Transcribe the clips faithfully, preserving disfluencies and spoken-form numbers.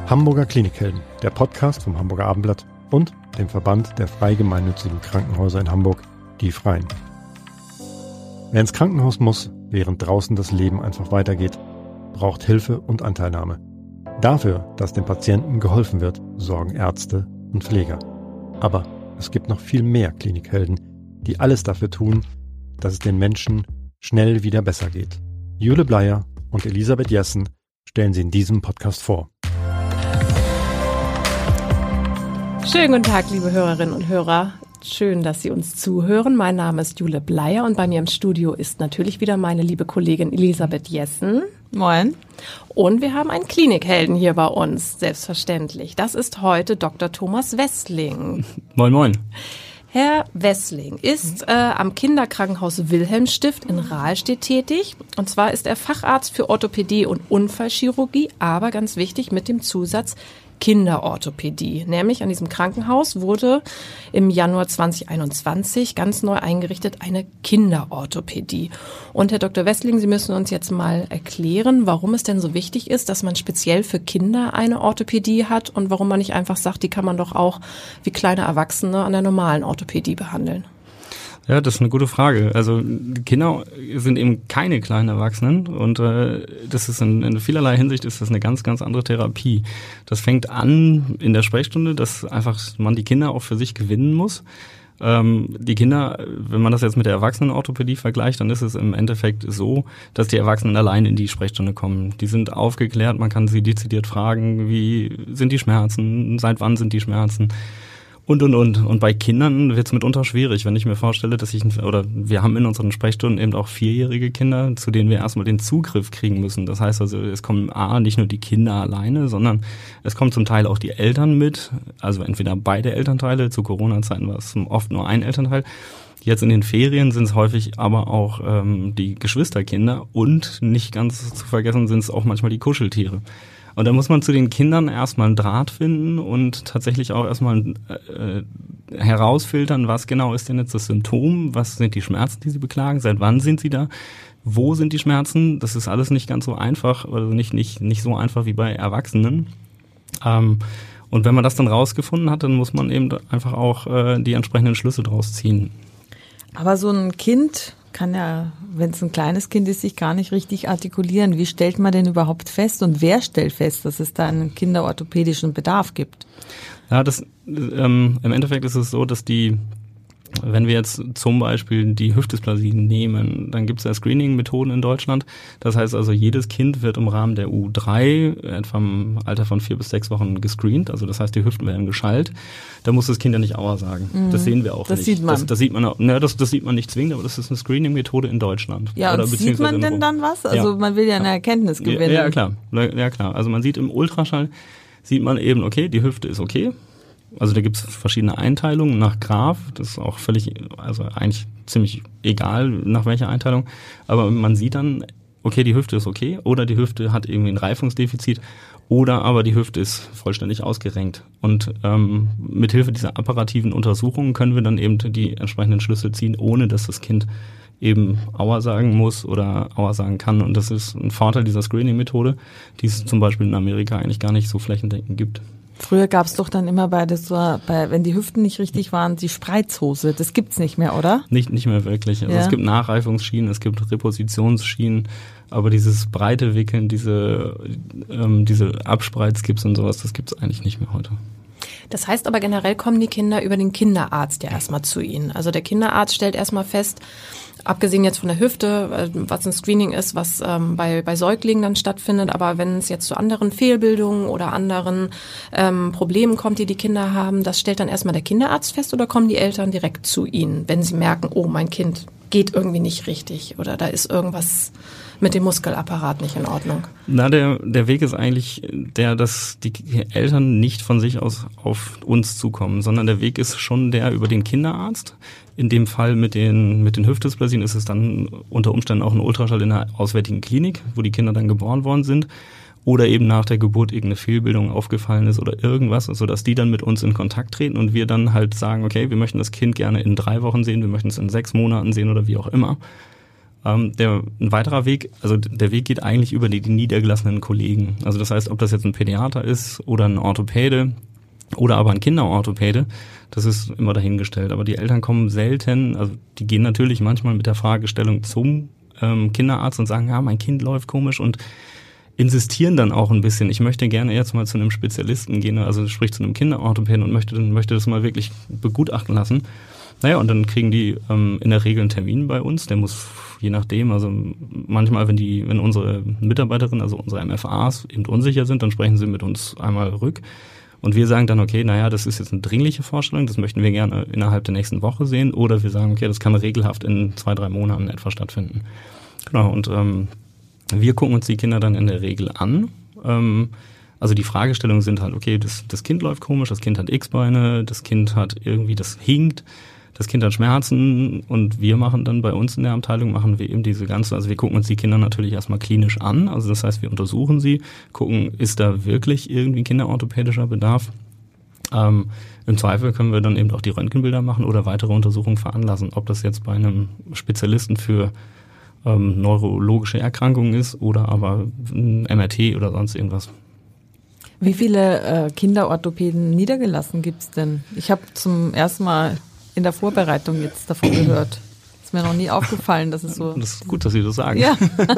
Hamburger Klinikhelden, der Podcast vom Hamburger Abendblatt und dem Verband der frei gemeinnützigen Krankenhäuser in Hamburg, die Freien. Wer ins Krankenhaus muss, während draußen das Leben einfach weitergeht, braucht Hilfe und Anteilnahme. Dafür, dass dem Patienten geholfen wird, sorgen Ärzte und Pfleger. Aber es gibt noch viel mehr Klinikhelden, die alles dafür tun, dass es den Menschen schnell wieder besser geht. Jule Bleier und Elisabeth Jessen stellen sie in diesem Podcast vor. Schönen guten Tag, liebe Hörerinnen und Hörer. Schön, dass Sie uns zuhören. Mein Name ist Jule Bleier und bei mir im Studio ist natürlich wieder meine liebe Kollegin Elisabeth Jessen. Moin. Und wir haben einen Klinikhelden hier bei uns, selbstverständlich. Das ist heute Doktor Thomas Wessling. Moin, moin. Herr Wessling ist äh, am Kinderkrankenhaus Wilhelmstift in Rahlstedt tätig. Und zwar ist er Facharzt für Orthopädie und Unfallchirurgie, aber ganz wichtig mit dem Zusatz Kinderorthopädie. Nämlich an diesem Krankenhaus wurde im Januar zwanzig einundzwanzig ganz neu eingerichtet eine Kinderorthopädie. Und Herr Doktor Wessling, Sie müssen uns jetzt mal erklären, warum es denn so wichtig ist, dass man speziell für Kinder eine Orthopädie hat und warum man nicht einfach sagt, die kann man doch auch wie kleine Erwachsene an der normalen Orthopädie behandeln. Ja, das ist eine gute Frage. Also Kinder sind eben keine kleinen Erwachsenen und äh, das ist in, in vielerlei Hinsicht ist das eine ganz, ganz andere Therapie. Das fängt an in der Sprechstunde, dass einfach man die Kinder auch für sich gewinnen muss. Ähm, die Kinder, wenn man das jetzt mit der Erwachsenenorthopädie vergleicht, dann ist es im Endeffekt so, dass die Erwachsenen allein in die Sprechstunde kommen. Die sind aufgeklärt, man kann sie dezidiert fragen, wie sind die Schmerzen, seit wann sind die Schmerzen? Und, und, und. Und bei Kindern wird es mitunter schwierig, wenn ich mir vorstelle, dass ich, oder wir haben in unseren Sprechstunden eben auch vierjährige Kinder, zu denen wir erstmal den Zugriff kriegen müssen. Das heißt also, es kommen A, nicht nur die Kinder alleine, sondern es kommen zum Teil auch die Eltern mit, also entweder beide Elternteile, zu Corona-Zeiten war es oft nur ein Elternteil. Jetzt in den Ferien sind es häufig aber auch ähm, die Geschwisterkinder und nicht ganz zu vergessen sind es auch manchmal die Kuscheltiere. Und da muss man zu den Kindern erstmal einen Draht finden und tatsächlich auch erstmal äh, herausfiltern, was genau ist denn jetzt das Symptom, was sind die Schmerzen, die sie beklagen, seit wann sind sie da, wo sind die Schmerzen, das ist alles nicht ganz so einfach, also nicht nicht nicht so einfach wie bei Erwachsenen. Ähm, und wenn man das dann rausgefunden hat, dann muss man eben einfach auch äh, die entsprechenden Schlüsse draus ziehen. Aber so ein Kind kann ja, wenn es ein kleines Kind ist, sich gar nicht richtig artikulieren. Wie stellt man denn überhaupt fest und wer stellt fest, dass es da einen kinderorthopädischen Bedarf gibt? Ja, das ähm, im Endeffekt ist es so, dass die, wenn wir jetzt zum Beispiel die Hüftdysplasie nehmen, dann gibt es ja Screening-Methoden in Deutschland. Das heißt also, jedes Kind wird im Rahmen der U drei, etwa im Alter von vier bis sechs Wochen gescreent. Also das heißt, die Hüften werden geschallt. Da muss das Kind ja nicht Aua sagen. Mhm. Das sehen wir auch das nicht. Sieht man. Das, das sieht man. Ne, das, das sieht man nicht zwingend, aber das ist eine Screening-Methode in Deutschland. Ja, Oder und sieht man denn dann was? Also ja. Man will ja eine Erkenntnis gewinnen. Ja, ja, klar. Ja, klar. Also man sieht im Ultraschall, sieht man eben, okay, die Hüfte ist okay. Also da gibt's verschiedene Einteilungen nach Graf, das ist auch völlig, also eigentlich ziemlich egal, nach welcher Einteilung, aber man sieht dann, okay, die Hüfte ist okay oder die Hüfte hat irgendwie ein Reifungsdefizit oder aber die Hüfte ist vollständig ausgerenkt und ähm, mit Hilfe dieser apparativen Untersuchungen können wir dann eben die entsprechenden Schlüsse ziehen, ohne dass das Kind eben Aua sagen muss oder Aua sagen kann und das ist ein Vorteil dieser Screening-Methode, die es zum Beispiel in Amerika eigentlich gar nicht so flächendeckend gibt. Früher gab es doch dann immer bei, das, bei, wenn die Hüften nicht richtig waren, die Spreizhose. Das gibt's nicht mehr, oder? Nicht, nicht mehr wirklich. Also ja. Es gibt Nachreifungsschienen, es gibt Repositionsschienen, aber dieses breite Wickeln, diese, ähm, diese Abspreizgips und sowas, das gibt's eigentlich nicht mehr heute. Das heißt aber generell kommen die Kinder über den Kinderarzt ja erstmal zu Ihnen. Also der Kinderarzt stellt erstmal fest, abgesehen jetzt von der Hüfte, was ein Screening ist, was ähm, bei, bei Säuglingen dann stattfindet, aber wenn es jetzt zu anderen Fehlbildungen oder anderen ähm, Problemen kommt, die die Kinder haben, das stellt dann erstmal der Kinderarzt fest oder kommen die Eltern direkt zu Ihnen, wenn sie merken, oh, mein Kind geht irgendwie nicht richtig oder da ist irgendwas mit dem Muskelapparat nicht in Ordnung? Na, der, der Weg ist eigentlich der, dass die Eltern nicht von sich aus auf uns zukommen, sondern der Weg ist schon der über den Kinderarzt. In dem Fall mit den, mit den Hüftdysplasien ist es dann unter Umständen auch ein Ultraschall in einer auswärtigen Klinik, wo die Kinder dann geboren worden sind. Oder eben nach der Geburt irgendeine Fehlbildung aufgefallen ist oder irgendwas, sodass die dann mit uns in Kontakt treten und wir dann halt sagen, okay, wir möchten das Kind gerne in drei Wochen sehen, wir möchten es in sechs Monaten sehen oder wie auch immer. Ähm, der, ein weiterer Weg, also der Weg geht eigentlich über die, die niedergelassenen Kollegen. Also das heißt, ob das jetzt ein Pädiater ist oder ein Orthopäde oder aber ein Kinderorthopäde, das ist immer dahingestellt. Aber die Eltern kommen selten, also die gehen natürlich manchmal mit der Fragestellung zum ähm, Kinderarzt und sagen, ja, mein Kind läuft komisch und insistieren dann auch ein bisschen. Ich möchte gerne jetzt mal zu einem Spezialisten gehen, also sprich zu einem Kinderorthopäden und möchte, möchte das mal wirklich begutachten lassen. Naja, und dann kriegen die ähm, in der Regel einen Termin bei uns. Der muss je nachdem, also manchmal, wenn die, wenn unsere Mitarbeiterinnen, also unsere M F As eben unsicher sind, dann sprechen sie mit uns einmal rück. Und wir sagen dann, okay, naja, das ist jetzt eine dringliche Vorstellung, das möchten wir gerne innerhalb der nächsten Woche sehen. Oder wir sagen, okay, das kann regelhaft in zwei, drei Monaten etwa stattfinden. Genau, und ähm, wir gucken uns die Kinder dann in der Regel an. Ähm, also die Fragestellungen sind halt, okay, das, das Kind läuft komisch, das Kind hat X-Beine, das Kind hat irgendwie, das hinkt, das Kind hat Schmerzen und wir machen dann bei uns in der Abteilung, machen wir eben diese ganze, also wir gucken uns die Kinder natürlich erstmal klinisch an, also das heißt, wir untersuchen sie, gucken, ist da wirklich irgendwie kinderorthopädischer Bedarf. Ähm, im Zweifel können wir dann eben auch die Röntgenbilder machen oder weitere Untersuchungen veranlassen, ob das jetzt bei einem Spezialisten für ähm, neurologische Erkrankungen ist oder aber ein M R T oder sonst irgendwas. Wie viele äh, Kinderorthopäden niedergelassen gibt's denn? Ich habe zum ersten Mal in der Vorbereitung jetzt davon gehört. Ist mir noch nie aufgefallen, dass es so... Das ist gut, dass Sie das sagen. Ja.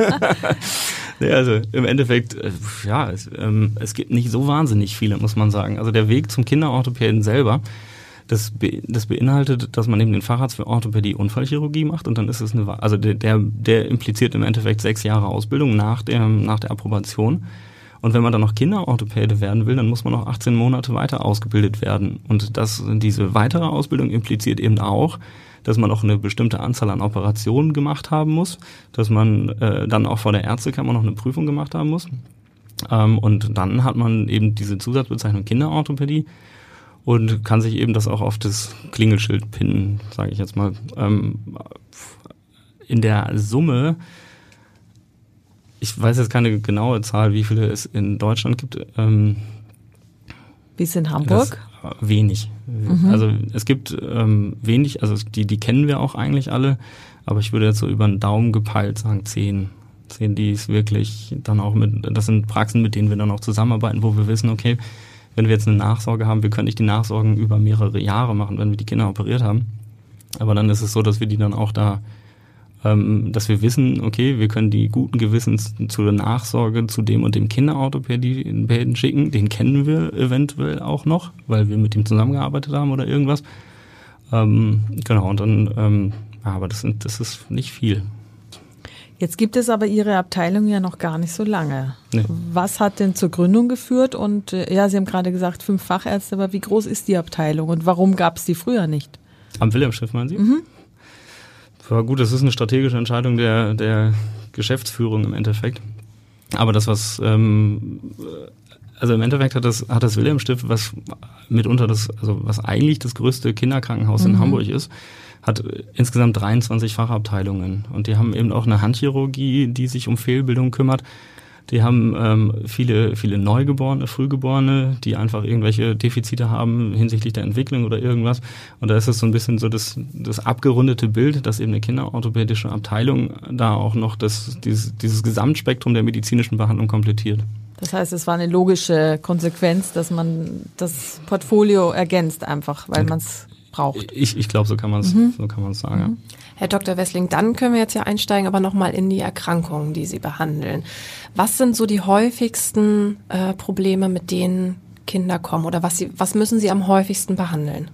Ja, also im Endeffekt, äh, ja, es, ähm, es gibt nicht so wahnsinnig viele, muss man sagen. Also der Weg zum Kinderorthopäden selber, das, be, das beinhaltet, dass man eben den Facharzt für Orthopädie Unfallchirurgie macht und dann ist es eine, also der, der, der impliziert im Endeffekt sechs Jahre Ausbildung nach der, nach der Approbation. Und wenn man dann noch Kinderorthopäde werden will, dann muss man noch achtzehn Monate weiter ausgebildet werden. Und das, diese weitere Ausbildung impliziert eben auch, dass man auch eine bestimmte Anzahl an Operationen gemacht haben muss, dass man äh, dann auch vor der Ärztekammer noch eine Prüfung gemacht haben muss. Ähm, und dann hat man eben diese Zusatzbezeichnung Kinderorthopädie und kann sich eben das auch auf das Klingelschild pinnen, sage ich jetzt mal. Ähm, in der Summe, ich weiß jetzt keine genaue Zahl, wie viele es in Deutschland gibt. Ähm, wie es in Hamburg? Das, äh, wenig. Mhm. Also es gibt ähm, wenig, also die, die kennen wir auch eigentlich alle, aber ich würde jetzt so über den Daumen gepeilt sagen zehn. Zehn, die es wirklich dann auch mit, das sind Praxen, mit denen wir dann auch zusammenarbeiten, wo wir wissen, okay, wenn wir jetzt eine Nachsorge haben, wir können nicht die Nachsorgen über mehrere Jahre machen, wenn wir die Kinder operiert haben. Aber dann ist es so, dass wir die dann auch da dass wir wissen, okay, wir können die guten Gewissens zur Nachsorge zu dem und dem Kinderorthopäden schicken, den kennen wir eventuell auch noch, weil wir mit ihm zusammengearbeitet haben oder irgendwas. Ähm, genau, und dann, ähm, ja, aber das, sind, das ist nicht viel. Jetzt gibt es aber Ihre Abteilung ja noch gar nicht so lange. Nee. Was hat denn zur Gründung geführt? Und ja, Sie haben gerade gesagt, fünf Fachärzte, aber wie groß ist die Abteilung und warum gab es die früher nicht? Am Wilhelmstift, meinen Sie? Mhm. Ja, gut, das ist eine strategische Entscheidung der, der Geschäftsführung im Endeffekt. Aber das, was, ähm, also im Endeffekt hat das, hat das Wilhelmstift, was mitunter das, also was eigentlich das größte Kinderkrankenhaus mhm. in Hamburg ist, hat insgesamt dreiundzwanzig Fachabteilungen. Und die haben eben auch eine Handchirurgie, die sich um Fehlbildung kümmert. Die haben ähm, viele viele Neugeborene, Frühgeborene, die einfach irgendwelche Defizite haben hinsichtlich der Entwicklung oder irgendwas. Und da ist es so ein bisschen so das, das abgerundete Bild, dass eben eine kinderorthopädische Abteilung da auch noch das, dieses, dieses Gesamtspektrum der medizinischen Behandlung komplettiert. Das heißt, es war eine logische Konsequenz, dass man das Portfolio ergänzt einfach, weil man es braucht. Ich, ich glaube, so kann man es mhm. so kann man es sagen. Mhm. Ja. Herr Doktor Wessling, dann können wir jetzt ja einsteigen, aber nochmal in die Erkrankungen, die Sie behandeln. Was sind so die häufigsten äh, Probleme, mit denen Kinder kommen oder was, sie, was müssen Sie am häufigsten behandeln?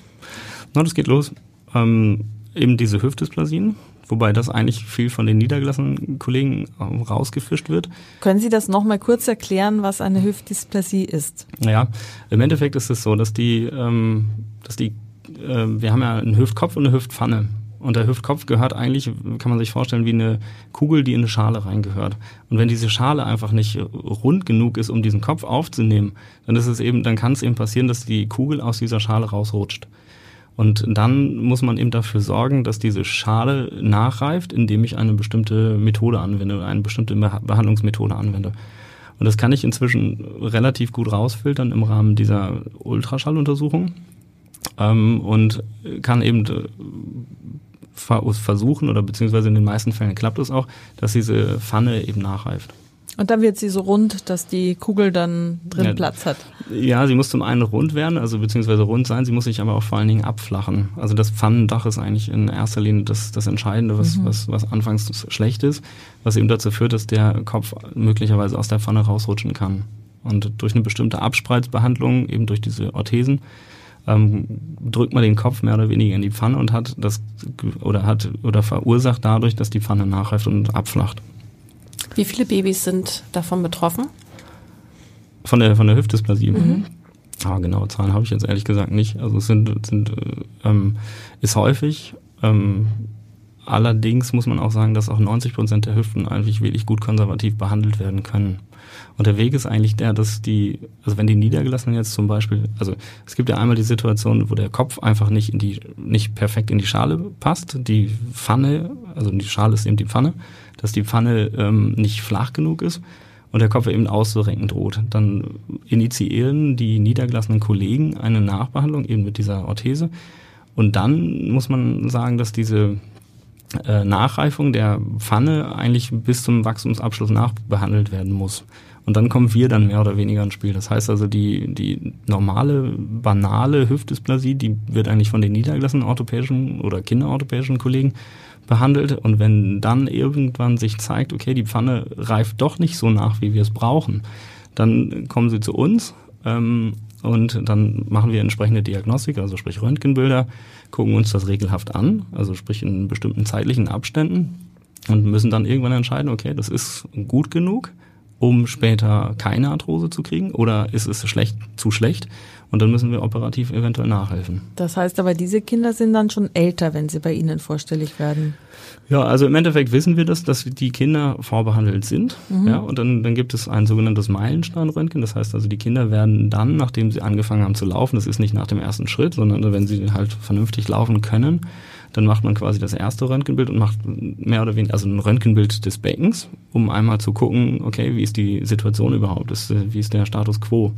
Na, das geht los. Ähm, eben diese Hüftdysplasien, wobei das eigentlich viel von den niedergelassenen Kollegen ähm, rausgefischt wird. Können Sie das nochmal kurz erklären, was eine Hüftdysplasie ist? Naja, im Endeffekt ist es so, dass die, ähm, dass die, äh, wir haben ja einen Hüftkopf und eine Hüftpfanne. Und der Hüftkopf gehört eigentlich, kann man sich vorstellen, wie eine Kugel, die in eine Schale reingehört. Und wenn diese Schale einfach nicht rund genug ist, um diesen Kopf aufzunehmen, dann ist es eben, dann kann es eben passieren, dass die Kugel aus dieser Schale rausrutscht. Und dann muss man eben dafür sorgen, dass diese Schale nachreift, indem ich eine bestimmte Methode anwende, eine bestimmte Behandlungsmethode anwende. Und das kann ich inzwischen relativ gut rausfiltern im Rahmen dieser Ultraschalluntersuchung. Ähm, und kann eben versuchen oder beziehungsweise in den meisten Fällen klappt es auch, dass diese Pfanne eben nachreift. Und dann wird sie so rund, dass die Kugel dann drin ja, Platz hat. Ja, sie muss zum einen rund werden, also beziehungsweise rund sein, sie muss sich aber auch vor allen Dingen abflachen. Also das Pfannendach ist eigentlich in erster Linie das, das Entscheidende, was, mhm. was, was anfangs schlecht ist, was eben dazu führt, dass der Kopf möglicherweise aus der Pfanne rausrutschen kann. Und durch eine bestimmte Abspreizbehandlung, eben durch diese Orthesen, ähm, drückt man den Kopf mehr oder weniger in die Pfanne und hat das oder hat oder verursacht dadurch, dass die Pfanne nachreift und abflacht. Wie viele Babys sind davon betroffen? Von der von der Hüftdysplasie. Mhm. Ah, genaue Zahlen habe ich jetzt ehrlich gesagt nicht. Also es sind sind ähm, ist häufig. Ähm, allerdings muss man auch sagen, dass auch neunzig Prozent der Hüften eigentlich wirklich gut konservativ behandelt werden können. Und der Weg ist eigentlich der, dass die, also wenn die Niedergelassenen jetzt zum Beispiel, also es gibt ja einmal die Situation, wo der Kopf einfach nicht in die, nicht perfekt in die Schale passt, die Pfanne, also die Schale ist eben die Pfanne, dass die Pfanne ähm, nicht flach genug ist und der Kopf eben auszurenken droht. Dann initiieren die niedergelassenen Kollegen eine Nachbehandlung eben mit dieser Orthese und dann muss man sagen, dass diese äh, Nachreifung der Pfanne eigentlich bis zum Wachstumsabschluss nachbehandelt werden muss. Und dann kommen wir dann mehr oder weniger ins Spiel. Das heißt also, die, die normale, banale Hüftdysplasie, die wird eigentlich von den niedergelassenen orthopädischen oder kinderorthopädischen Kollegen behandelt. Und wenn dann irgendwann sich zeigt, okay, die Pfanne reift doch nicht so nach, wie wir es brauchen, dann kommen sie zu uns ähm, und dann machen wir entsprechende Diagnostik, also sprich Röntgenbilder, gucken uns das regelhaft an, also sprich in bestimmten zeitlichen Abständen und müssen dann irgendwann entscheiden, okay, das ist gut genug, um später keine Arthrose zu kriegen oder ist es schlecht, zu schlecht und dann müssen wir operativ eventuell nachhelfen. Das heißt aber, diese Kinder sind dann schon älter, wenn sie bei Ihnen vorstellig werden? Ja, also im Endeffekt wissen wir das, dass die Kinder vorbehandelt sind. Mhm. Ja, und dann, dann gibt es ein sogenanntes Meilensteinröntgen. Das heißt also, die Kinder werden dann, nachdem sie angefangen haben zu laufen, das ist nicht nach dem ersten Schritt, sondern wenn sie halt vernünftig laufen können, dann macht man quasi das erste Röntgenbild und macht mehr oder weniger, also ein Röntgenbild des Beckens, um einmal zu gucken, okay, wie ist die Situation überhaupt, ist, wie ist der Status quo.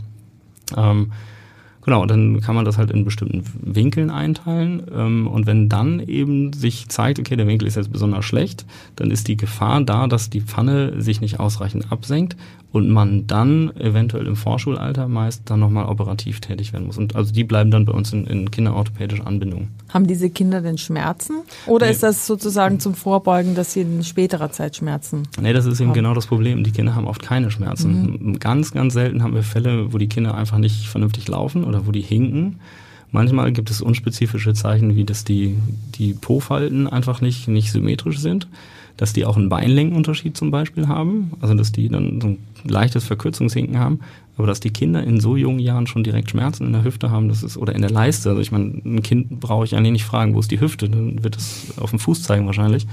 Ähm, genau, und dann kann man das halt in bestimmten Winkeln einteilen ähm, und wenn dann eben sich zeigt, okay, der Winkel ist jetzt besonders schlecht, dann ist die Gefahr da, dass die Pfanne sich nicht ausreichend absenkt und man dann eventuell im Vorschulalter meist dann nochmal operativ tätig werden muss. Und also die bleiben dann bei uns in, in kinderorthopädischer Anbindung. Haben diese Kinder denn Schmerzen? Oder nee. Ist das sozusagen zum Vorbeugen, dass sie in späterer Zeit Schmerzen Nee, das ist eben haben? Genau das Problem. Die Kinder haben oft keine Schmerzen. Mhm. Ganz, ganz selten haben wir Fälle, wo die Kinder einfach nicht vernünftig laufen oder wo die hinken. Manchmal gibt es unspezifische Zeichen, wie dass die, die Po-Falten einfach nicht, nicht symmetrisch sind. Dass die auch einen Beinlängenunterschied zum Beispiel haben, also dass die dann so ein leichtes Verkürzungshinken haben, aber dass die Kinder in so jungen Jahren schon direkt Schmerzen in der Hüfte haben, das ist oder in der Leiste, also ich meine, ein Kind brauche ich eigentlich nicht fragen, wo ist die Hüfte, dann wird es auf dem Fuß zeigen wahrscheinlich,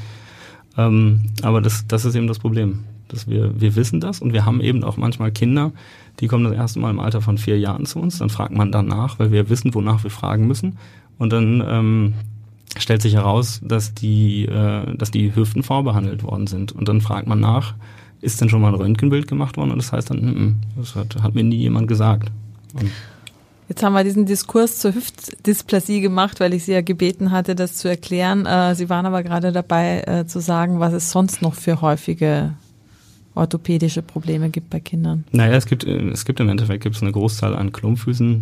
ähm, aber das, das ist eben das Problem, dass wir, wir wissen das und wir haben eben auch manchmal Kinder, die kommen das erste Mal im Alter von vier Jahren zu uns, dann fragt man danach, weil wir wissen, wonach wir fragen müssen und dann ähm, stellt sich heraus, dass die, äh, dass die Hüften vorbehandelt worden sind. Und dann fragt man nach, ist denn schon mal ein Röntgenbild gemacht worden? Und das heißt dann, n-n, das hat, hat mir nie jemand gesagt. Und Jetzt haben wir diesen Diskurs zur Hüftdysplasie gemacht, weil ich Sie ja gebeten hatte, das zu erklären. Äh, Sie waren aber gerade dabei äh, zu sagen, was es sonst noch für häufige orthopädische Probleme gibt bei Kindern. Naja, es gibt, es gibt im Endeffekt gibt's eine Großzahl an Klumpfüßen,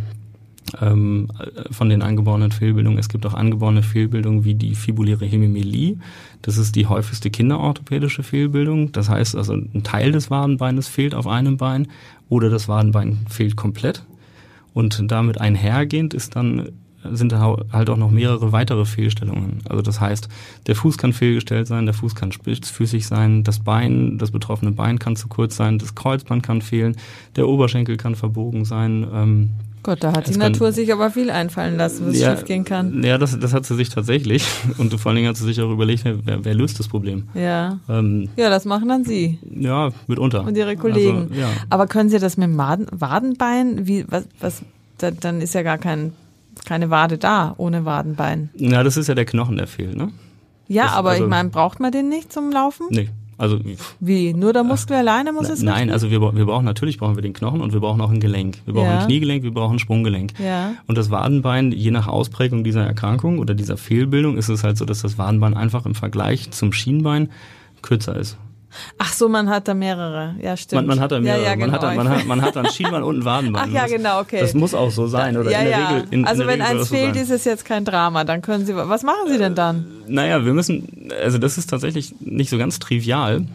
Ähm, von den angeborenen Fehlbildungen. Es gibt auch angeborene Fehlbildungen wie die fibuläre Hemimelie. Das ist die häufigste kinderorthopädische Fehlbildung. Das heißt also, ein Teil des Wadenbeines fehlt auf einem Bein oder das Wadenbein fehlt komplett. Und damit einhergehend ist dann sind halt auch noch mehrere weitere Fehlstellungen. Also das heißt, der Fuß kann fehlgestellt sein, der Fuß kann spitzfüßig sein, das Bein, das betroffene Bein kann zu kurz sein, das Kreuzband kann fehlen, der Oberschenkel kann verbogen sein. Ähm, Gott, da hat die kann, Natur sich aber viel einfallen lassen, was ja, schief gehen kann. Ja, das, das hat sie sich tatsächlich. Und vor allen Dingen hat sie sich auch überlegt, wer, wer löst das Problem? Ja. Ähm, ja, das machen dann Sie. Ja, mitunter. Und Ihre Kollegen. Also, ja. Aber können Sie das mit dem Waden, Wadenbein, wie, was, was, da, dann ist ja gar kein, keine Wade da, ohne Wadenbein. Ja, das ist ja der Knochen, der fehlt, ne? Ja, das, aber also, ich meine, braucht man den nicht zum Laufen? Nee. Also wie? Nur der Muskel äh, alleine muss es Nein, richten? also wir, wir brauchen natürlich brauchen wir den Knochen und wir brauchen auch ein Gelenk. Wir brauchen ja. ein Kniegelenk, wir brauchen ein Sprunggelenk. Ja. Und das Wadenbein, je nach Ausprägung dieser Erkrankung oder dieser Fehlbildung, ist es halt so, dass das Wadenbein einfach im Vergleich zum Schienbein kürzer ist. Ach so, man hat da mehrere. Ja, stimmt. Man, man hat da mehrere. Ja, ja, genau. man, hat da, man, hat, man hat da ein Schienbein und ein Wadenbein. Ach ja, genau, okay. Das muss auch so sein. Oder ja, in der ja. Regel, in, also in der wenn Regel eins soll das fehlt, so ist es jetzt kein Drama. Dann können Sie, was machen Sie denn dann? Äh, naja, wir müssen, also das ist tatsächlich nicht so ganz trivial,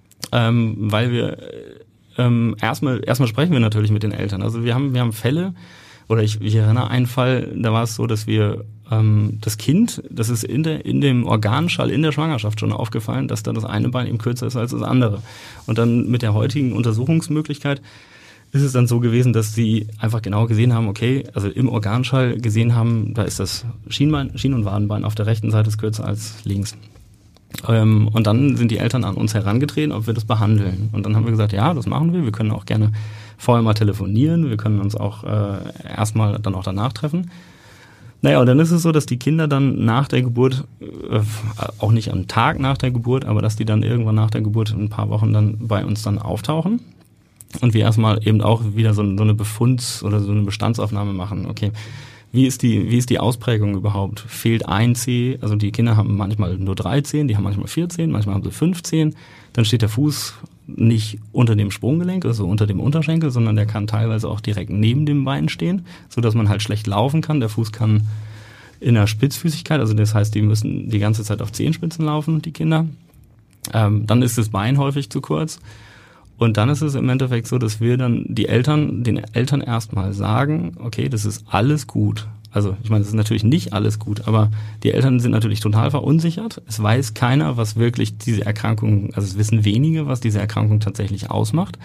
ähm, weil wir ähm, erstmal, erstmal sprechen wir natürlich mit den Eltern. Also wir haben, wir haben Fälle, oder ich, ich erinnere einen Fall, da war es so, dass wir ähm, das Kind, das ist in der in dem Organschall in der Schwangerschaft schon aufgefallen, dass da das eine Bein eben kürzer ist als das andere. Und dann mit der heutigen Untersuchungsmöglichkeit ist es dann so gewesen, dass sie einfach genau gesehen haben, okay, also im Organschall gesehen haben, da ist das Schienbein, Schien- und Wadenbein auf der rechten Seite ist kürzer als links. Ähm, und dann sind die Eltern an uns herangetreten, ob wir das behandeln. Und dann haben wir gesagt, ja, das machen wir. Wir können auch gerne vorher mal telefonieren. Wir können uns auch äh, erstmal dann auch danach treffen. Naja, und dann ist es so, dass die Kinder dann nach der Geburt, äh, auch nicht am Tag nach der Geburt, aber dass die dann irgendwann nach der Geburt ein paar Wochen dann bei uns dann auftauchen. Und wir erstmal eben auch wieder so, so eine Befunds- oder so eine Bestandsaufnahme machen. Okay, wie ist die, wie ist die Ausprägung überhaupt? Fehlt ein Zeh? Also die Kinder haben manchmal nur drei Zehen, die haben manchmal vier Zehen, manchmal haben sie fünf Zehen. Dann steht der Fuß nicht unter dem Sprunggelenk, also unter dem Unterschenkel, sondern der kann teilweise auch direkt neben dem Bein stehen, so dass man halt schlecht laufen kann. Der Fuß kann in der Spitzfüßigkeit, also das heißt, die müssen die ganze Zeit auf Zehenspitzen laufen, die Kinder. Ähm, dann ist das Bein häufig zu kurz. Und dann ist es im Endeffekt so, dass wir dann die Eltern, den Eltern erstmal sagen, okay, das ist alles gut. Also ich meine, das ist natürlich nicht alles gut, aber die Eltern sind natürlich total verunsichert. Es weiß keiner, was wirklich diese Erkrankung, also es wissen wenige, was diese Erkrankung tatsächlich ausmacht.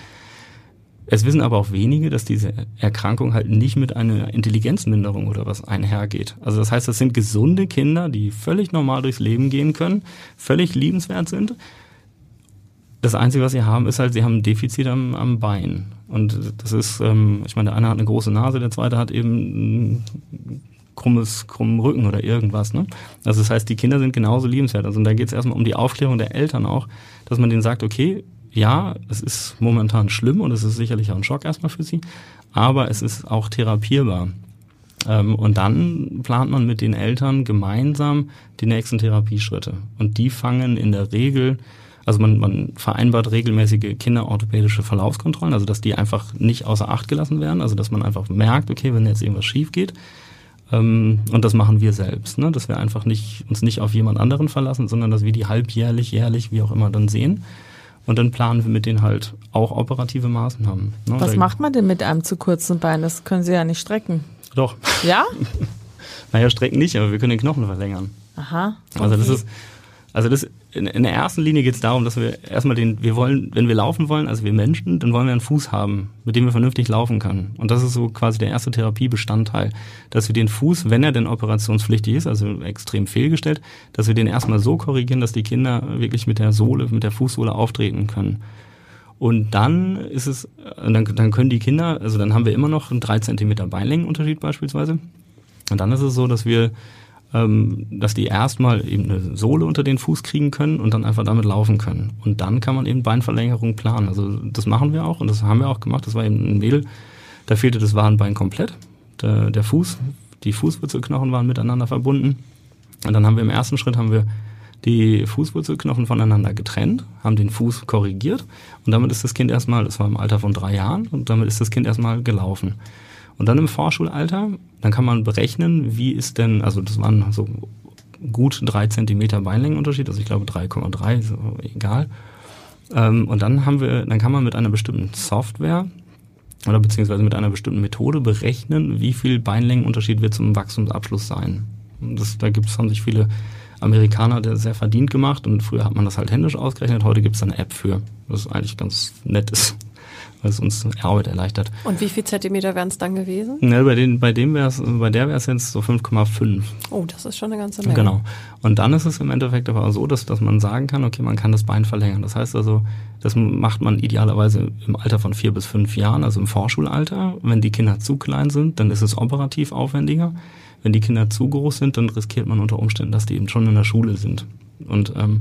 Es wissen aber auch wenige, dass diese Erkrankung halt nicht mit einer Intelligenzminderung oder was einhergeht. Also das heißt, das sind gesunde Kinder, die völlig normal durchs Leben gehen können, völlig liebenswert sind. Das Einzige, was sie haben, ist halt, sie haben ein Defizit am, am Bein. Und das ist, ähm, ich meine, der eine hat eine große Nase, der zweite hat eben ein krummes, krummen Rücken oder irgendwas. Ne? Also das heißt, die Kinder sind genauso liebenswert. Also da geht es erstmal um die Aufklärung der Eltern auch, dass man denen sagt, okay, ja, es ist momentan schlimm und es ist sicherlich auch ein Schock erstmal für sie, aber es ist auch therapierbar. Ähm, und dann plant man mit den Eltern gemeinsam die nächsten Therapieschritte. Und die fangen in der Regel, also man, man vereinbart regelmäßige kinderorthopädische Verlaufskontrollen, also dass die einfach nicht außer Acht gelassen werden, also dass man einfach merkt, okay, wenn jetzt irgendwas schief geht, ähm, und das machen wir selbst, ne, dass wir einfach nicht uns nicht auf jemand anderen verlassen, sondern dass wir die halbjährlich, jährlich, wie auch immer dann sehen. Und dann planen wir mit denen halt auch operative Maßnahmen. Ne? Was da macht man denn mit einem zu kurzen Bein? Das können Sie ja nicht strecken. Doch. Ja? Naja, strecken nicht, aber wir können den Knochen verlängern. Aha. Also das ist, also das in, in der ersten Linie geht es darum, dass wir erstmal den, wir wollen, wenn wir laufen wollen, also wir Menschen, dann wollen wir einen Fuß haben, mit dem wir vernünftig laufen können. Und das ist so quasi der erste Therapiebestandteil, dass wir den Fuß, wenn er denn operationspflichtig ist, also extrem fehlgestellt, dass wir den erstmal so korrigieren, dass die Kinder wirklich mit der Sohle, mit der Fußsohle auftreten können. Und dann ist es, dann, dann können die Kinder, also dann haben wir immer noch einen drei Zentimeter Beinlängenunterschied beispielsweise. Und dann ist es so, dass wir, ähm, dass die erstmal eben eine Sohle unter den Fuß kriegen können und dann einfach damit laufen können. Und dann kann man eben Beinverlängerung planen. Also das machen wir auch und das haben wir auch gemacht. Das war eben ein Mädel, da fehlte das Wadenbein komplett. Der, der Fuß, die Fußwurzelknochen waren miteinander verbunden. Und dann haben wir im ersten Schritt haben wir die Fußwurzelknochen voneinander getrennt, haben den Fuß korrigiert und damit ist das Kind erstmal, das war im Alter von drei Jahren, und damit ist das Kind erstmal gelaufen. Und dann im Vorschulalter, dann kann man berechnen, wie ist denn, also das waren so gut drei Zentimeter Beinlängenunterschied, also ich glaube drei Komma drei, ist egal. Und dann haben wir, dann kann man mit einer bestimmten Software oder beziehungsweise mit einer bestimmten Methode berechnen, wie viel Beinlängenunterschied wird zum Wachstumsabschluss sein. Und das, da gibt's, haben sich viele Amerikaner der sehr verdient gemacht und früher hat man das halt händisch ausgerechnet, heute gibt's eine App für, was eigentlich ganz nett ist, weil es uns Arbeit erleichtert. Und wie viel Zentimeter wären es dann gewesen? Ja, bei, den, bei, dem wär's, bei der wäre es jetzt so fünf Komma fünf. Oh, das ist schon eine ganze Menge. Genau. Und dann ist es im Endeffekt aber auch so, dass, dass man sagen kann, okay, man kann das Bein verlängern. Das heißt also, das macht man idealerweise im Alter von vier bis fünf Jahren, also im Vorschulalter. Wenn die Kinder zu klein sind, dann ist es operativ aufwendiger. Wenn die Kinder zu groß sind, dann riskiert man unter Umständen, dass die eben schon in der Schule sind. Und ähm,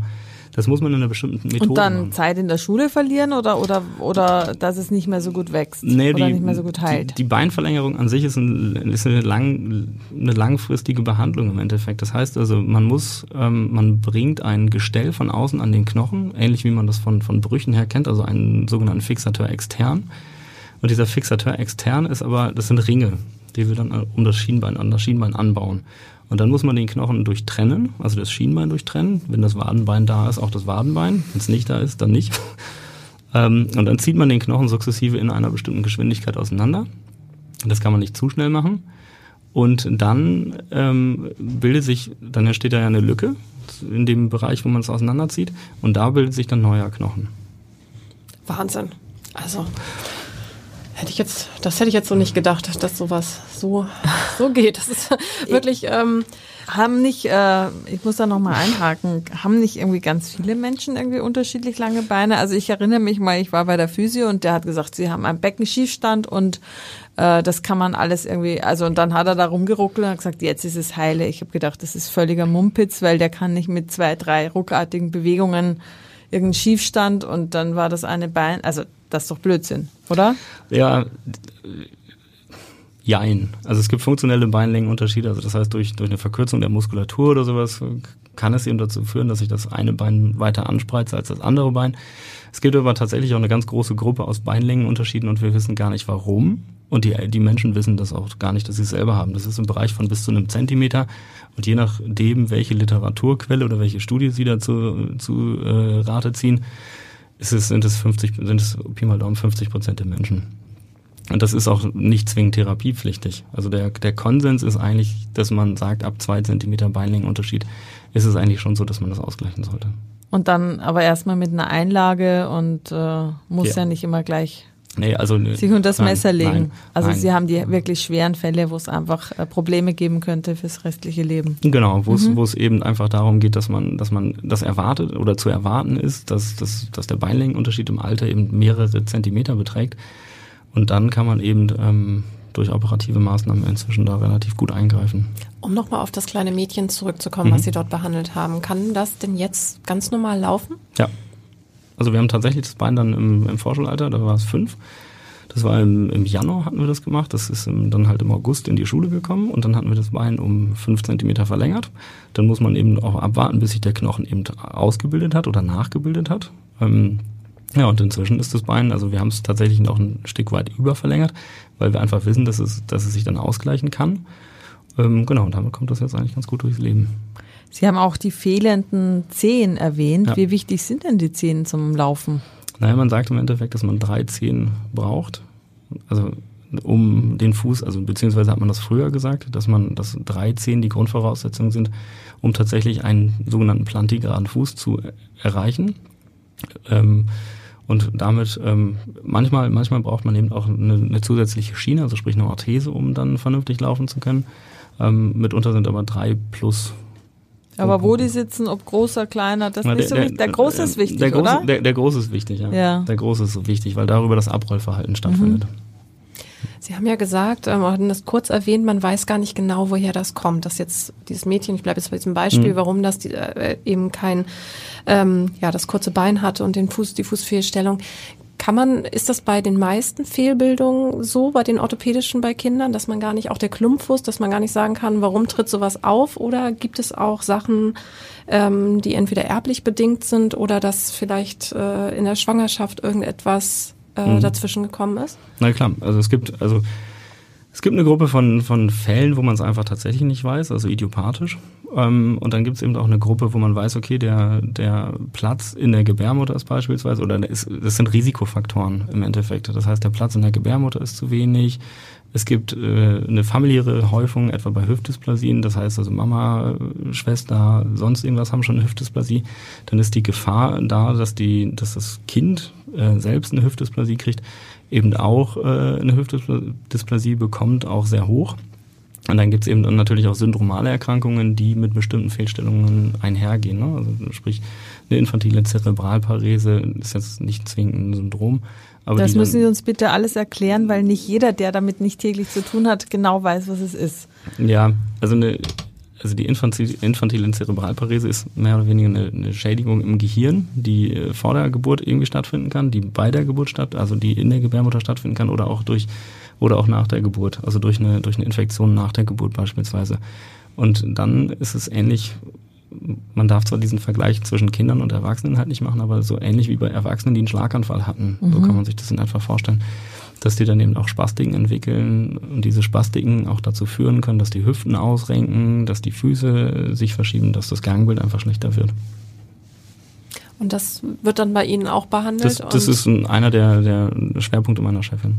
Das muss man in einer bestimmten Methode Und dann machen. Zeit in der Schule verlieren oder, oder, oder dass es nicht mehr so gut wächst nee, oder die, nicht mehr so gut heilt? Die, die Beinverlängerung an sich ist, ein, ist eine, lang, eine langfristige Behandlung im Endeffekt. Das heißt also, man muss, ähm, man bringt ein Gestell von außen an den Knochen, ähnlich wie man das von, von Brüchen her kennt, also einen sogenannten Fixateur extern. Und dieser Fixateur extern ist aber, das sind Ringe, die wir dann um das Schienbein, an das Schienbein anbauen. Und dann muss man den Knochen durchtrennen, also das Schienbein durchtrennen. Wenn das Wadenbein da ist, auch das Wadenbein. Wenn es nicht da ist, dann nicht. Und dann zieht man den Knochen sukzessive in einer bestimmten Geschwindigkeit auseinander. Das kann man nicht zu schnell machen. Und dann ähm, bildet sich, dann entsteht da ja eine Lücke in dem Bereich, wo man es auseinanderzieht. Und da bildet sich dann neuer Knochen. Wahnsinn. Also... Hätte ich jetzt, das hätte ich jetzt so nicht gedacht, dass sowas so, so geht. Das ist wirklich, ähm, haben nicht, äh, ich muss da nochmal einhaken, haben nicht irgendwie ganz viele Menschen irgendwie unterschiedlich lange Beine? Also ich erinnere mich mal, ich war bei der Physio und der hat gesagt, sie haben einen Beckenschiefstand und äh, das kann man alles irgendwie, also und dann hat er da rumgeruckelt und hat gesagt, jetzt ist es heile. Ich habe gedacht, das ist völliger Mumpitz, weil der kann nicht mit zwei, drei ruckartigen Bewegungen irgendeinen Schiefstand und dann war das eine Bein, also das ist doch Blödsinn, oder? Ja, jein. Also es gibt funktionelle Beinlängenunterschiede, also das heißt durch, durch eine Verkürzung der Muskulatur oder sowas kann es eben dazu führen, dass sich das eine Bein weiter anspreizt als das andere Bein. Es gibt aber tatsächlich auch eine ganz große Gruppe aus Beinlängenunterschieden und wir wissen gar nicht warum. Und die, die Menschen wissen das auch gar nicht, dass sie es selber haben. Das ist im Bereich von bis zu einem Zentimeter. Und je nachdem, welche Literaturquelle oder welche Studie sie dazu zu äh, Rate ziehen, ist es, sind es fünfzig, sind es Pi mal Daumen fünfzig Prozent der Menschen. Und das ist auch nicht zwingend therapiepflichtig. Also der, der Konsens ist eigentlich, dass man sagt, ab zwei Zentimeter Beinlängenunterschied ist es eigentlich schon so, dass man das ausgleichen sollte. Und dann aber erstmal mit einer Einlage und äh, muss ja. ja nicht immer gleich nee, also, sich unter das nein, Messer legen. Nein, also nein. Sie haben die wirklich schweren Fälle, wo es einfach äh, Probleme geben könnte fürs restliche Leben. Genau, wo es mhm. wo es eben einfach darum geht, dass man dass man das erwartet oder zu erwarten ist, dass dass dass der Beinlängenunterschied im Alter eben mehrere Zentimeter beträgt. Und dann kann man eben ähm, durch operative Maßnahmen inzwischen da relativ gut eingreifen. Um nochmal auf das kleine Mädchen zurückzukommen, mhm. was Sie dort behandelt haben, kann das denn jetzt ganz normal laufen? Ja. Also wir haben tatsächlich das Bein dann im, im Vorschulalter, da war es fünf. Das war im, im Januar hatten wir das gemacht. Das ist im, dann halt im August in die Schule gekommen und dann hatten wir das Bein um fünf Zentimeter verlängert. Dann muss man eben auch abwarten, bis sich der Knochen eben ausgebildet hat oder nachgebildet hat. Ähm, ja, und inzwischen ist das Bein, also wir haben es tatsächlich noch ein Stück weit überverlängert, weil wir einfach wissen, dass es, dass es sich dann ausgleichen kann. Ähm, genau, und damit kommt das jetzt eigentlich ganz gut durchs Leben. Sie haben auch die fehlenden Zehen erwähnt. Ja. Wie wichtig sind denn die Zehen zum Laufen? Naja, man sagt im Endeffekt, dass man drei Zehen braucht, also um den Fuß, also beziehungsweise hat man das früher gesagt, dass man, dass drei Zehen die Grundvoraussetzungen sind, um tatsächlich einen sogenannten plantigraden Fuß zu erreichen. Ähm, und damit ähm, manchmal, manchmal braucht man eben auch eine, eine zusätzliche Schiene, also sprich eine Orthese, um dann vernünftig laufen zu können. Ähm, mitunter sind aber drei plus. Aber wo die sitzen, ob großer, kleiner, das ist Na, nicht der, so wichtig. Der Große ist wichtig, der große, oder? Der, der Große ist wichtig, ja. ja. Der Große ist so wichtig, weil darüber das Abrollverhalten stattfindet. Mhm. Sie haben ja gesagt, ähm, hatten das kurz erwähnt, man weiß gar nicht genau, woher das kommt, dass jetzt dieses Mädchen, ich bleibe jetzt bei diesem Beispiel, mhm. warum das die, äh, eben kein, ähm, ja, das kurze Bein hatte und den Fuß, die Fußfehlstellung. Kann man, ist das bei den meisten Fehlbildungen so, bei den orthopädischen bei Kindern, dass man gar nicht, auch der Klumpfuß, dass man gar nicht sagen kann, warum tritt sowas auf? Oder gibt es auch Sachen, ähm, die entweder erblich bedingt sind oder dass vielleicht äh, in der Schwangerschaft irgendetwas äh, mhm. dazwischen gekommen ist? Na klar, also es gibt, also es gibt eine Gruppe von, von Fällen, wo man es einfach tatsächlich nicht weiß, also idiopathisch. Ähm, und dann gibt es eben auch eine Gruppe, wo man weiß, okay, der, der Platz in der Gebärmutter ist beispielsweise, oder ist, das sind Risikofaktoren im Endeffekt. Das heißt, der Platz in der Gebärmutter ist zu wenig. Es gibt äh, eine familiäre Häufung, etwa bei Hüftdysplasien. Das heißt also Mama, Schwester, sonst irgendwas haben schon eine Hüftdysplasie. Dann ist die Gefahr da, dass, die, dass das Kind äh, selbst eine Hüftdysplasie kriegt, eben auch äh, eine Hüftdysplasie bekommt, auch sehr hoch. Und dann gibt es eben dann natürlich auch syndromale Erkrankungen, die mit bestimmten Fehlstellungen einhergehen. Ne? Also sprich, eine infantile Zerebralparese ist jetzt nicht zwingend ein Syndrom. Aber das müssen dann, Sie uns bitte alles erklären, weil nicht jeder, der damit nicht täglich zu tun hat, genau weiß, was es ist. Ja, also eine, also die infantile Zerebralparese ist mehr oder weniger eine, eine Schädigung im Gehirn, die vor der Geburt irgendwie stattfinden kann, die bei der Geburt statt, also die in der Gebärmutter stattfinden kann oder auch durch oder auch nach der Geburt, also durch eine durch eine Infektion nach der Geburt beispielsweise. Und dann ist es ähnlich. Man darf zwar diesen Vergleich zwischen Kindern und Erwachsenen halt nicht machen, aber so ähnlich wie bei Erwachsenen, die einen Schlaganfall hatten. Mhm. So kann man sich das in etwa vorstellen. Dass die dann eben auch Spastiken entwickeln und diese Spastiken auch dazu führen können, dass die Hüften ausrenken, dass die Füße sich verschieben, dass das Gangbild einfach schlechter wird. Und das wird dann bei Ihnen auch behandelt? Das, das ist einer der, der Schwerpunkte meiner Chefin.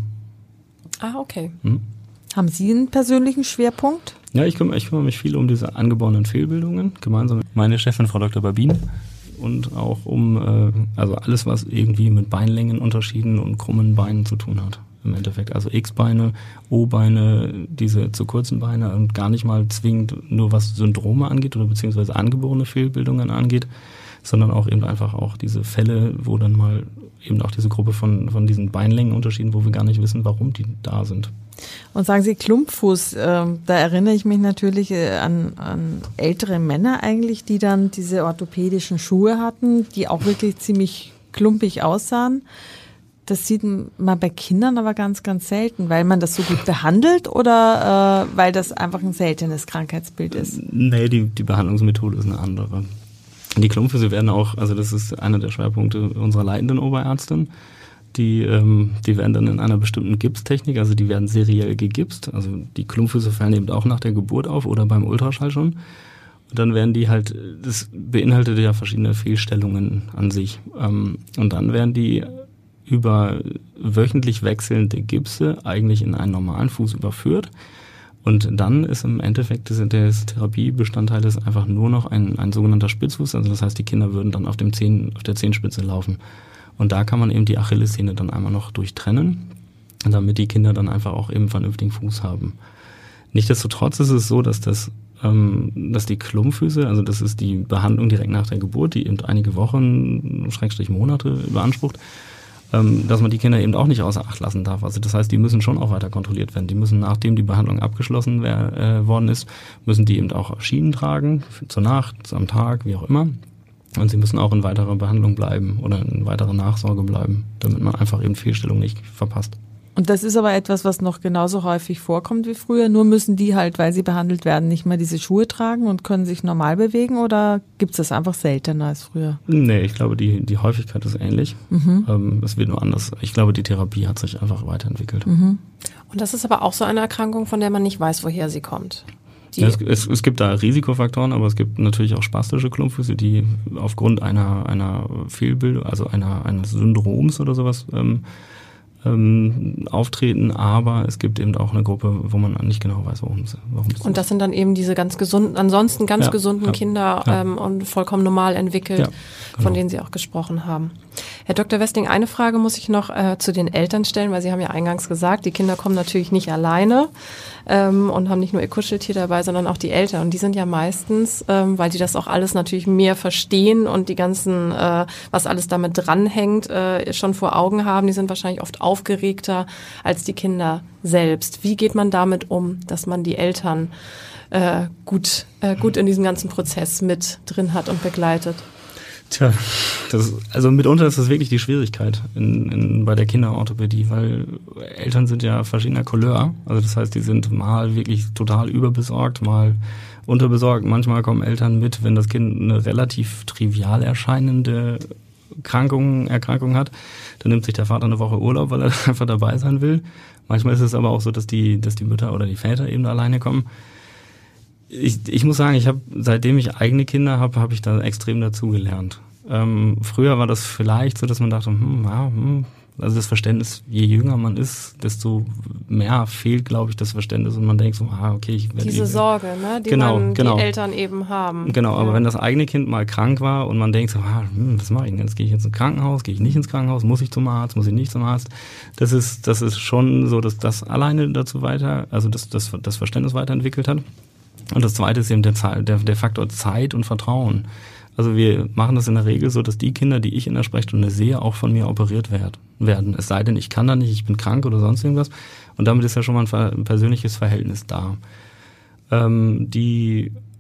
Ah, okay. Hm? Haben Sie einen persönlichen Schwerpunkt? Ja, ich kümmere, ich kümmere mich viel um diese angeborenen Fehlbildungen, gemeinsam mit meiner Chefin, Frau Doktor Babin. Und auch um äh, also alles, was irgendwie mit Beinlängenunterschieden und krummen Beinen zu tun hat. Im Endeffekt, also X-Beine, O-Beine, diese zu kurzen Beine und gar nicht mal zwingend nur was Syndrome angeht oder beziehungsweise angeborene Fehlbildungen angeht, sondern auch eben einfach auch diese Fälle, wo dann mal eben auch diese Gruppe von, von diesen Beinlängenunterschieden, wo wir gar nicht wissen, warum die da sind. Und sagen Sie Klumpfuß, äh, da erinnere ich mich natürlich äh, an, an ältere Männer eigentlich, die dann diese orthopädischen Schuhe hatten, die auch wirklich ziemlich klumpig aussahen. Das sieht man bei Kindern aber ganz, ganz selten, weil man das so gut behandelt oder äh, weil das einfach ein seltenes Krankheitsbild ist? Nee, die, die Behandlungsmethode ist eine andere. Die Klumpfüße werden auch, also das ist einer der Schwerpunkte unserer leitenden Oberärztin, die, ähm, die werden dann in einer bestimmten Gipstechnik, also die werden seriell gegipst, also die Klumpfüße fallen eben auch nach der Geburt auf oder beim Ultraschall schon. Und dann werden die halt, das beinhaltet ja verschiedene Fehlstellungen an sich. Ähm, und dann werden die über wöchentlich wechselnde Gipse eigentlich in einen normalen Fuß überführt. Und dann ist im Endeffekt des, des Therapiebestandteiles einfach nur noch ein, ein sogenannter Spitzfuß. Also das heißt, die Kinder würden dann auf dem Zehen, auf der Zehenspitze laufen. Und da kann man eben die Achillessehne dann einmal noch durchtrennen, damit die Kinder dann einfach auch eben einen vernünftigen Fuß haben. Nichtsdestotrotz ist es so, dass das, ähm, dass die Klumpfüße, also das ist die Behandlung direkt nach der Geburt, die eben einige Wochen, Schrägstrich Monate beansprucht, ähm, dass man die Kinder eben auch nicht außer Acht lassen darf. Also das heißt, die müssen schon auch weiter kontrolliert werden. Die müssen, nachdem die Behandlung abgeschlossen wär, äh, worden ist, müssen die eben auch Schienen tragen, zur Nacht, am Tag, wie auch immer. Und sie müssen auch in weiterer Behandlung bleiben oder in weiterer Nachsorge bleiben, damit man einfach eben Fehlstellung nicht verpasst. Und das ist aber etwas, was noch genauso häufig vorkommt wie früher. Nur müssen die halt, weil sie behandelt werden, nicht mehr diese Schuhe tragen und können sich normal bewegen, oder gibt es das einfach seltener als früher? Nee, ich glaube, die, die Häufigkeit ist ähnlich. Mhm. Ähm, es wird nur anders. Ich glaube, die Therapie hat sich einfach weiterentwickelt. Mhm. Und das ist aber auch so eine Erkrankung, von der man nicht weiß, woher sie kommt. Ja, es, es, es gibt da Risikofaktoren, aber es gibt natürlich auch spastische Klumpfüße, die aufgrund einer, einer Fehlbildung, also einer, eines Syndroms oder sowas ähm, ähm, auftreten, aber es gibt eben auch eine Gruppe, wo man nicht genau weiß, warum es warum es Und das sind dann eben diese ganz gesunden, ansonsten ganz ja, gesunden ja, Kinder ja. Ähm, und vollkommen normal entwickelt, ja, genau. Von denen Sie auch gesprochen haben. Herr Doktor Westling, eine Frage muss ich noch äh, zu den Eltern stellen, weil Sie haben ja eingangs gesagt, die Kinder kommen natürlich nicht alleine ähm, und haben nicht nur ihr Kuscheltier dabei, sondern auch die Eltern. Und die sind ja meistens, ähm, weil die das auch alles natürlich mehr verstehen und die ganzen, äh, was alles damit dranhängt, äh, schon vor Augen haben, die sind wahrscheinlich oft aufgeregter als die Kinder selbst. Wie geht man damit um, dass man die Eltern äh, gut, äh, gut in diesem ganzen Prozess mit drin hat und begleitet? Tja, das, also mitunter ist das wirklich die Schwierigkeit in, in, bei der Kinderorthopädie, weil Eltern sind ja verschiedener Couleur. Also das heißt, die sind mal wirklich total überbesorgt, mal unterbesorgt. Manchmal kommen Eltern mit, wenn das Kind eine relativ trivial erscheinende Krankung, Erkrankung hat. Dann nimmt sich der Vater eine Woche Urlaub, weil er einfach dabei sein will. Manchmal ist es aber auch so, dass die, dass die Mütter oder die Väter eben alleine kommen. Ich, ich muss sagen, ich habe, seitdem ich eigene Kinder habe, habe ich da extrem dazugelernt. Ähm, früher war das vielleicht so, dass man dachte, hm, ja, hm, also das Verständnis, je jünger man ist, desto mehr fehlt, glaube ich, das Verständnis und man denkt so, ah, okay, ich werde diese Sorge, ne, die genau, man, genau. die Eltern eben haben. Genau, aber ja. wenn das eigene Kind mal krank war und man denkt so, ah, hm, was mache ich denn jetzt? Gehe ich jetzt ins Krankenhaus? Gehe ich nicht ins Krankenhaus? Muss ich zum Arzt? Muss ich nicht zum Arzt? Das ist, das ist schon so, dass das alleine dazu weiter, also das, das, das Verständnis weiterentwickelt hat. Und das Zweite ist eben der, der, der Faktor Zeit und Vertrauen. Also wir machen das in der Regel so, dass die Kinder, die ich in der Sprechstunde sehe, auch von mir operiert werden. Es sei denn, ich kann da nicht, ich bin krank oder sonst irgendwas. Und damit ist ja schon mal ein persönliches Verhältnis da. Ähm, die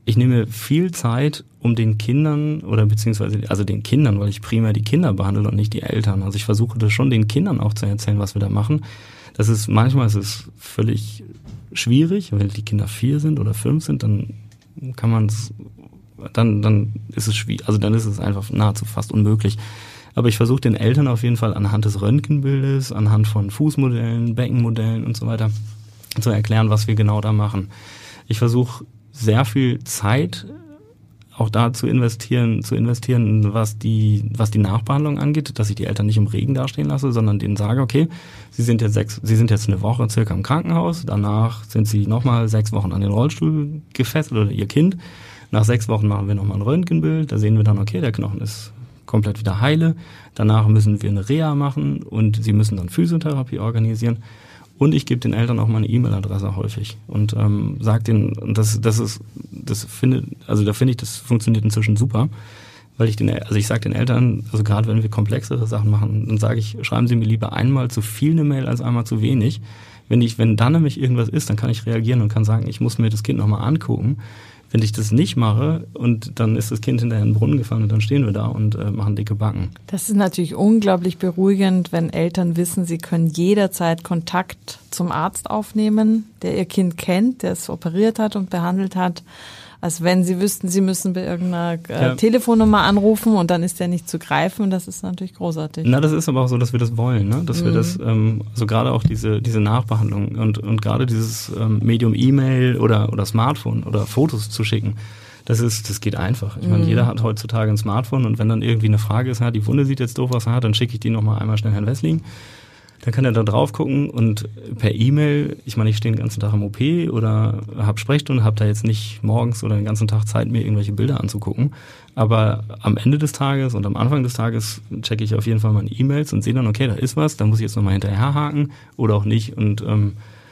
ich nehme viel Zeit, um den Kindern oder beziehungsweise also den Kindern, weil ich primär die Kinder behandle und nicht die Eltern. Also ich versuche das schon den Kindern auch zu erzählen, was wir da machen. Das ist manchmal ist es völlig schwierig, wenn die Kinder vier sind oder fünf sind, dann kann man es, dann dann ist es schwierig, also dann ist es einfach nahezu fast unmöglich. Aber ich versuche den Eltern auf jeden Fall anhand des Röntgenbildes, anhand von Fußmodellen, Beckenmodellen und so weiter zu erklären, was wir genau da machen. Ich versuche sehr viel Zeit auch da zu investieren, zu investieren, was die, was die Nachbehandlung angeht, dass ich die Eltern nicht im Regen dastehen lasse, sondern denen sage, okay, sie sind jetzt sechs, sie sind jetzt eine Woche circa im Krankenhaus, danach sind sie nochmal sechs Wochen an den Rollstuhl gefesselt oder ihr Kind. Nach sechs Wochen machen wir nochmal ein Röntgenbild, da sehen wir dann, okay, der Knochen ist komplett wieder heile. Danach müssen wir eine Reha machen und sie müssen dann Physiotherapie organisieren. Und ich gebe den Eltern auch meine E-Mail-Adresse häufig und ähm, sage denen, und das, das ist, das finde, also da finde ich, das funktioniert inzwischen super, weil ich den, also ich sage den Eltern, also gerade wenn wir komplexere Sachen machen, dann sage ich, schreiben Sie mir lieber einmal zu viel eine Mail als einmal zu wenig. Wenn ich, wenn dann nämlich irgendwas ist, dann kann ich reagieren und kann sagen, ich muss mir das Kind nochmal angucken. Wenn ich das nicht mache und dann ist das Kind hinterher in den Brunnen gefallen und dann stehen wir da und äh, machen dicke Backen. Das ist natürlich unglaublich beruhigend, wenn Eltern wissen, sie können jederzeit Kontakt zum Arzt aufnehmen, der ihr Kind kennt, der es operiert hat und behandelt hat. Als wenn sie wüssten, sie müssen bei irgendeiner äh, ja. Telefonnummer anrufen und dann ist der nicht zu greifen und das ist natürlich großartig. Na, das ist aber auch so, dass wir das wollen, ne? Dass mhm. wir das, ähm, also gerade auch diese diese Nachbehandlung und und gerade dieses ähm, Medium E-Mail oder oder Smartphone oder Fotos zu schicken, das ist, das geht einfach. Ich mhm. meine, jeder hat heutzutage ein Smartphone und wenn dann irgendwie eine Frage ist, ja, die Wunde sieht jetzt doof aus, ja, dann schicke ich die nochmal einmal schnell Herrn Wessling. Dann kann er da drauf gucken und per E-Mail, ich meine, ich stehe den ganzen Tag im O P oder habe Sprechstunde, habe da jetzt nicht morgens oder den ganzen Tag Zeit, mir irgendwelche Bilder anzugucken. Aber am Ende des Tages und am Anfang des Tages checke ich auf jeden Fall meine E-Mails und sehe dann, okay, da ist was, da muss ich jetzt nochmal hinterherhaken oder auch nicht. Und ähm,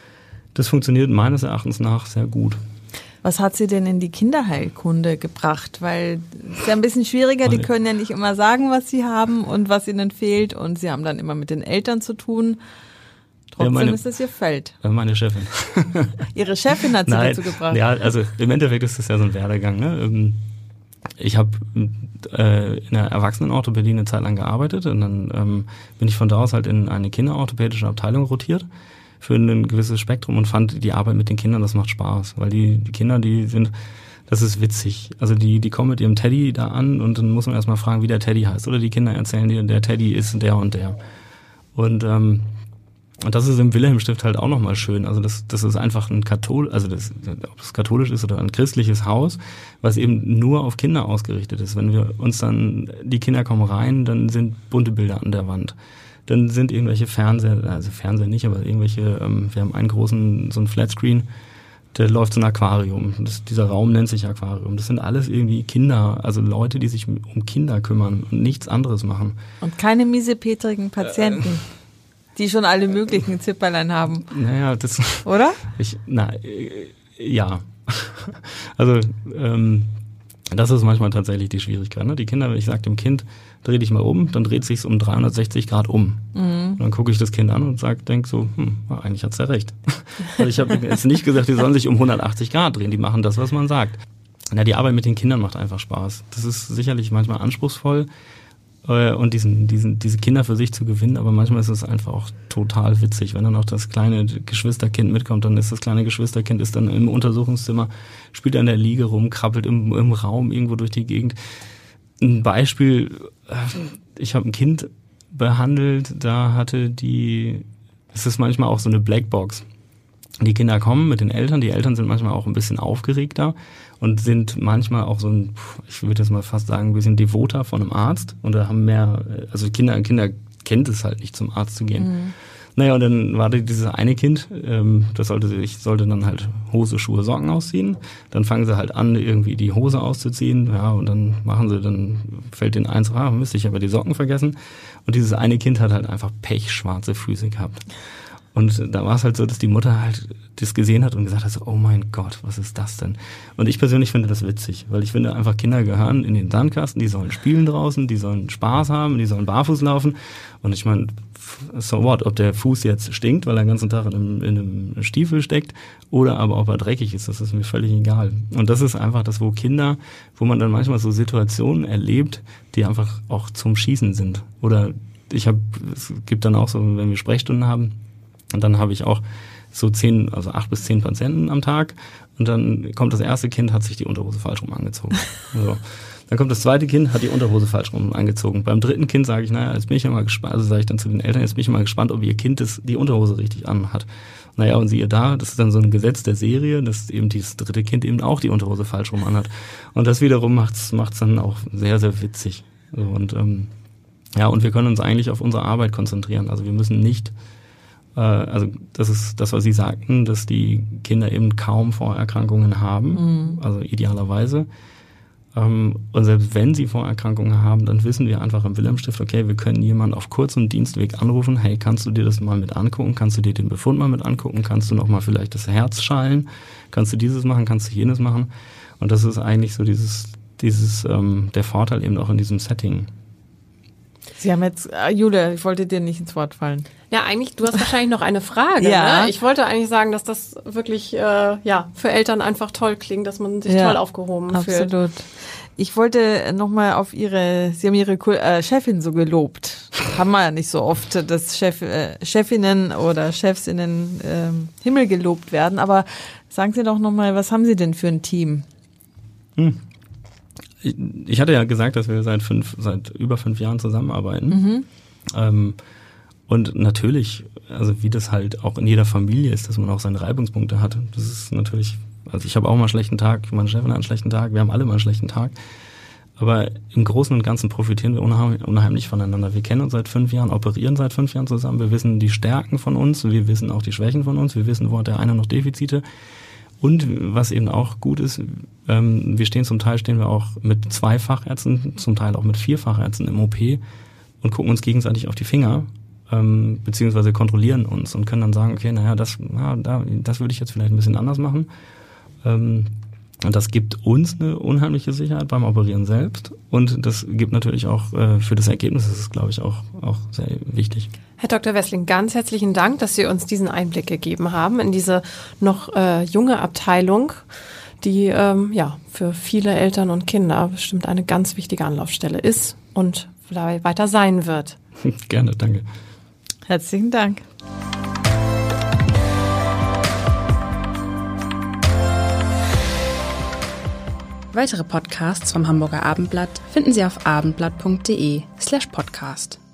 das funktioniert meines Erachtens nach sehr gut. Was hat sie denn in die Kinderheilkunde gebracht? Weil es ist ja ein bisschen schwieriger, die können ja nicht immer sagen, was sie haben und was ihnen fehlt und sie haben dann immer mit den Eltern zu tun. Trotzdem ja, meine, ist das ihr Feld. Meine Chefin. Ihre Chefin hat sie Nein, dazu gebracht? Ja, also im Endeffekt ist das ja so ein Werdegang. Ne? Ich habe äh, in der Erwachsenenorthopädie eine Zeit lang gearbeitet und dann ähm, bin ich von da aus halt in eine kinderorthopädische Abteilung rotiert für ein gewisses Spektrum und fand die Arbeit mit den Kindern, das macht Spaß, weil die, die Kinder, die sind, das ist witzig. Also die, die kommen mit ihrem Teddy da an und dann muss man erstmal fragen, wie der Teddy heißt. Oder die Kinder erzählen dir, der Teddy ist der und der. Und, ähm, und das ist im Wilhelmstift halt auch nochmal schön. Also das, das ist einfach ein Kathol, also das, ob es katholisch ist oder ein christliches Haus, was eben nur auf Kinder ausgerichtet ist. Wenn wir uns dann, die Kinder kommen rein, dann sind bunte Bilder an der Wand. Dann sind irgendwelche Fernseher, also Fernseher nicht, aber irgendwelche, ähm, wir haben einen großen, so einen Flatscreen, der läuft so ein Aquarium. Das, dieser Raum nennt sich Aquarium. Das sind alles irgendwie Kinder, also Leute, die sich um Kinder kümmern und nichts anderes machen. Und keine miesepetrigen Patienten, äh, die schon alle möglichen Zipperlein haben. Naja, das... Oder? Ich, na, äh, ja. Also, ähm, das ist manchmal tatsächlich die Schwierigkeit. Ne? Die Kinder, wenn ich sage dem Kind, dreh dich mal um, dann dreht sich's um dreihundertsechzig Grad um. Mhm. Dann gucke ich das Kind an und sag, denk so, hm, eigentlich hat's ja recht. Also ich habe jetzt nicht gesagt, die sollen sich um hundertachtzig Grad drehen, die machen das, was man sagt. Na, die Arbeit mit den Kindern macht einfach Spaß. Das ist sicherlich manchmal anspruchsvoll äh, und diesen, diesen, diese Kinder für sich zu gewinnen, aber manchmal ist es einfach auch total witzig. Wenn dann auch das kleine Geschwisterkind mitkommt, dann ist das kleine Geschwisterkind ist dann im Untersuchungszimmer, spielt an der Liege rum, krabbelt im, im Raum irgendwo durch die Gegend. Ein Beispiel, ich habe ein Kind behandelt, da hatte die, es ist manchmal auch so eine Blackbox. Die Kinder kommen mit den Eltern, die Eltern sind manchmal auch ein bisschen aufgeregter und sind manchmal auch so ein, ich würde jetzt mal fast sagen, ein bisschen devoter von einem Arzt und da haben mehr, also Kinder, Kinder kennt es halt nicht, zum Arzt zu gehen. Mhm. Naja, und dann war dieses eine Kind, ähm, das sollte ich sollte dann halt Hose, Schuhe, Socken ausziehen. Dann fangen sie halt an, irgendwie die Hose auszuziehen. Ja, und dann machen sie, dann fällt denen eins, ah, müsste ich aber die Socken vergessen. Und dieses eine Kind hat halt einfach pechschwarze Füße gehabt. Und da war es halt so, dass die Mutter halt das gesehen hat und gesagt hat, so, oh mein Gott, was ist das denn? Und ich persönlich finde das witzig, weil ich finde einfach, Kinder gehören in den Sandkasten, die sollen spielen draußen, die sollen Spaß haben, die sollen barfuß laufen. Und ich meine, so what, ob der Fuß jetzt stinkt, weil er den ganzen Tag in einem, in einem Stiefel steckt, oder aber ob er dreckig ist, das ist mir völlig egal. Und das ist einfach das, wo Kinder, wo man dann manchmal so Situationen erlebt, die einfach auch zum Schießen sind. Oder ich habe, es gibt dann auch so, wenn wir Sprechstunden haben, und dann habe ich auch so zehn, also acht bis zehn Patienten am Tag. Und dann kommt das erste Kind, hat sich die Unterhose falsch rum angezogen. So. Dann kommt das zweite Kind, hat die Unterhose falsch rum angezogen. Beim dritten Kind sage ich, naja, jetzt bin ich ja mal gespannt, also sage ich dann zu den Eltern, jetzt bin ich mal gespannt, ob ihr Kind das, die Unterhose richtig anhat. Naja, und siehe da, das ist dann so ein Gesetz der Serie, dass eben dieses dritte Kind eben auch die Unterhose falsch rum anhat. Und das wiederum macht's, macht's dann auch sehr, sehr witzig. So, und ähm, ja, und wir können uns eigentlich auf unsere Arbeit konzentrieren. Also wir müssen nicht Also das ist das, was Sie sagten, dass die Kinder eben kaum Vorerkrankungen haben, mhm. also idealerweise. Und selbst wenn sie Vorerkrankungen haben, dann wissen wir einfach im Wilhelmstift, okay, wir können jemanden auf kurzem Dienstweg anrufen, hey, kannst du dir das mal mit angucken, kannst du dir den Befund mal mit angucken, kannst du noch mal vielleicht das Herz schallen, kannst du dieses machen, kannst du jenes machen. Und das ist eigentlich so dieses, dieses ähm, der Vorteil eben auch in diesem Setting. Sie haben jetzt, äh, Julia, ich wollte dir nicht ins Wort fallen. Ja, eigentlich, du hast wahrscheinlich noch eine Frage. Ja. Ne? Ich wollte eigentlich sagen, dass das wirklich äh, ja für Eltern einfach toll klingt, dass man sich ja, toll aufgehoben absolut. fühlt. Absolut. Ich wollte nochmal auf Ihre, Sie haben Ihre äh, Chefin so gelobt. Haben wir ja nicht so oft, dass Chef, äh, Chefinnen oder Chefs in den äh, Himmel gelobt werden. Aber sagen Sie doch nochmal, was haben Sie denn für ein Team? Hm. Ich hatte ja gesagt, dass wir seit fünf, seit über fünf Jahren zusammenarbeiten. Mhm. Ähm, und natürlich, also wie das halt auch in jeder Familie ist, dass man auch seine Reibungspunkte hat. Das ist natürlich, also ich habe auch mal einen schlechten Tag, meine Chefin hat einen schlechten Tag, wir haben alle mal einen schlechten Tag. Aber im Großen und Ganzen profitieren wir unheimlich, unheimlich voneinander. Wir kennen uns seit fünf Jahren, operieren seit fünf Jahren zusammen. Wir wissen die Stärken von uns, wir wissen auch die Schwächen von uns, wir wissen, wo hat der eine noch Defizite. Und was eben auch gut ist, ähm, wir stehen zum Teil stehen wir auch mit zwei Fachärzten, zum Teil auch mit vier Fachärzten im O P und gucken uns gegenseitig auf die Finger, ähm, beziehungsweise kontrollieren uns und können dann sagen, okay, naja, das, na, da, das würde ich jetzt vielleicht ein bisschen anders machen. Ähm, und das gibt uns eine unheimliche Sicherheit beim Operieren selbst und das gibt natürlich auch äh, für das Ergebnis, das ist, glaube ich, auch, auch sehr wichtig. Herr Doktor Wessling, ganz herzlichen Dank, dass Sie uns diesen Einblick gegeben haben in diese noch äh, junge Abteilung, die ähm, ja für viele Eltern und Kinder bestimmt eine ganz wichtige Anlaufstelle ist und dabei weiter sein wird. Gerne, danke. Herzlichen Dank. Weitere Podcasts vom Hamburger Abendblatt finden Sie auf abendblatt punkt de slash podcast.